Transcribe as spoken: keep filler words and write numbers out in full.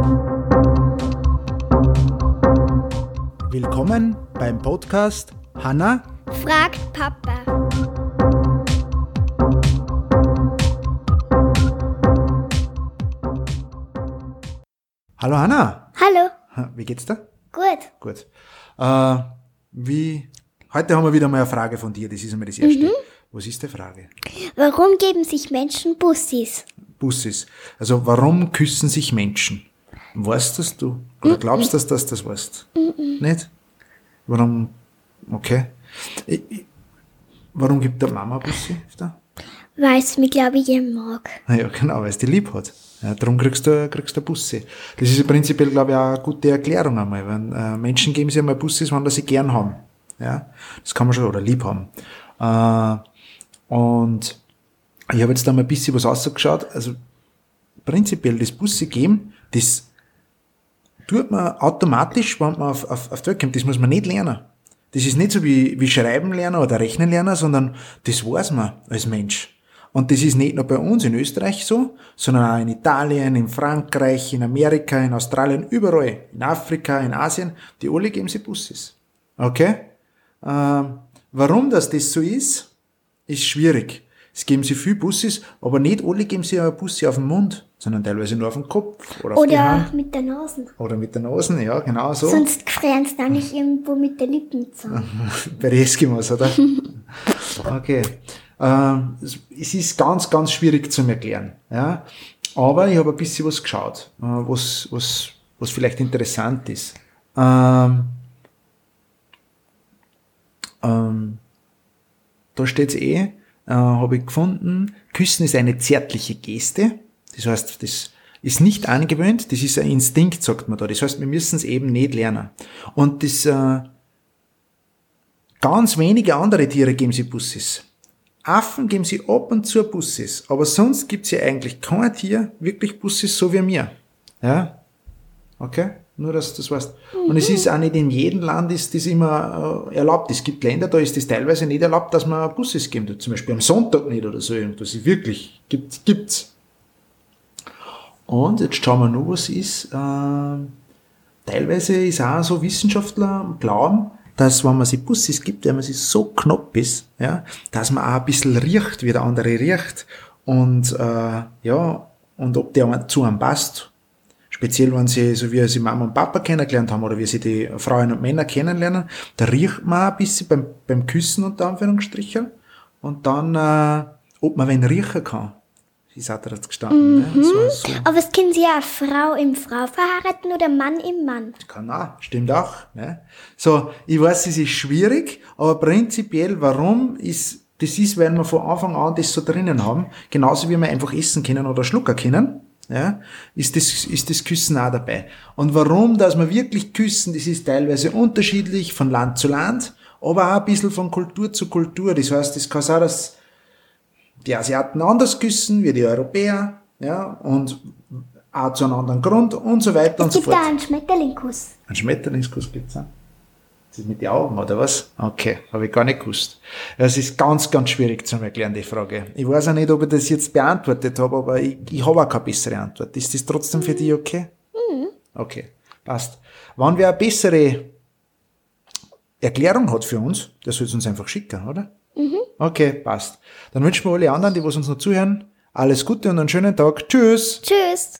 Willkommen beim Podcast Hanna fragt Papa. Hallo Hanna. Hallo. Wie geht's dir? Gut. Gut. Äh, wie, heute haben wir wieder mal eine Frage von dir, das ist einmal das Erste. Mhm. Was ist die Frage? Warum geben sich Menschen Bussis? Bussis. Also warum küssen sich Menschen? Weißt das du? Oder glaubst du, dass das das weißt? Mhm. Nicht? Warum? Okay. Ich, ich, warum gibt der Mama Bussi? Weil es mich, glaube ich, jeden mag. Ja, genau, weil es die lieb hat. Ja, darum kriegst du, kriegst du Bussi. Das ist prinzipiell, glaube ich, auch eine gute Erklärung einmal. Weil, äh, Menschen geben sich einmal Bussis, wenn sie gern haben. Ja, das kann man schon, oder lieb haben. Äh, und ich habe jetzt da mal ein bisschen was rausgeschaut. Also, prinzipiell das Bussi geben, das tut man automatisch, wenn man auf, auf, auf die Welt kommt. Das muss man nicht lernen. Das ist nicht so wie, wie Schreiben lernen oder Rechnen lernen, sondern das weiß man als Mensch. Und das ist nicht nur bei uns in Österreich so, sondern auch in Italien, in Frankreich, in Amerika, in Australien, überall, in Afrika, in Asien, die alle geben sich Bussis. Okay? Ähm, warum das das so ist, ist schwierig. Es geben sie viel Bussis, aber nicht alle geben sie ein Bussi auf den Mund, sondern teilweise nur auf den Kopf oder auf oder die Hand. mit der Nase. Oder mit der Nase, ja, genau so. Sonst frieren sie dann nicht irgendwo mit den Lippen zusammen. Bei den Eskimos, oder? Okay. Ähm, es ist ganz, ganz schwierig zu erklären. Ja? Aber ich habe ein bisschen was geschaut, äh, was, was, was vielleicht interessant ist. Ähm, ähm, da steht es eh, äh, habe ich gefunden, Küssen ist eine zärtliche Geste. Das heißt, das ist nicht angewöhnt, das ist ein Instinkt, sagt man da. Das heißt, wir müssen es eben nicht lernen. Und das äh, ganz wenige andere Tiere geben sie Bussis. Affen geben sie ab und zu Bussis, aber sonst gibt's ja eigentlich kein Tier wirklich Bussis so wie mir. Ja? Okay? Nur, dass du das weißt. Mhm. Und es ist auch nicht in jedem Land ist das immer äh, erlaubt. Es gibt Länder, da ist das teilweise nicht erlaubt, dass man Bussis gibt. Zum Beispiel am Sonntag nicht oder so irgendwas. Wirklich, gibt, gibt's. Und jetzt schauen wir noch, was ist. Äh, teilweise ist auch so Wissenschaftler glauben, dass wenn man sich Bussis gibt, wenn man sich so knapp ist, ja, dass man auch ein bisschen riecht, wie der andere riecht. Und äh, ja, und ob der zu einem passt. Speziell, wenn sie, so wie sie Mama und Papa kennengelernt haben oder wie sie die Frauen und Männer kennenlernen, da riecht man ein bisschen beim, beim Küssen unter Anführungsstrichen. Und dann, äh, ob man wen riechen kann. Ist auch da gestanden. Mhm. Ne? So, so. Aber es können sie ja Frau im Frau verheiraten oder Mann im Mann. Kann auch, stimmt auch. Ne? So, ich weiß, es ist schwierig, aber prinzipiell, warum ist, das ist, weil wir von Anfang an das so drinnen haben, genauso wie wir einfach essen können oder schlucken können. Ja, ist das, ist das Küssen auch dabei. Und warum, dass wir wirklich küssen, das ist teilweise unterschiedlich von Land zu Land, aber auch ein bisschen von Kultur zu Kultur. Das heißt, es kann sein, dass die Asiaten anders küssen wie die Europäer, ja, und auch zu einem anderen Grund und so weiter es und so fort. Es gibt da einen Schmetterlingskuss. Einen Schmetterlingskuss gibt's auch? Das ist mit den Augen, oder was? Okay, habe ich gar nicht gewusst. Es ist ganz, ganz schwierig zu erklären, die Frage. Ich weiß auch nicht, ob ich das jetzt beantwortet habe, aber ich, ich habe auch keine bessere Antwort. Ist das trotzdem für dich okay? Mhm. Okay, passt. Wenn wer eine bessere Erklärung hat für uns, der soll es uns einfach schicken, oder? Mhm. Okay, passt. Dann wünschen wir alle anderen, die was uns noch zuhören, alles Gute und einen schönen Tag. Tschüss! Tschüss!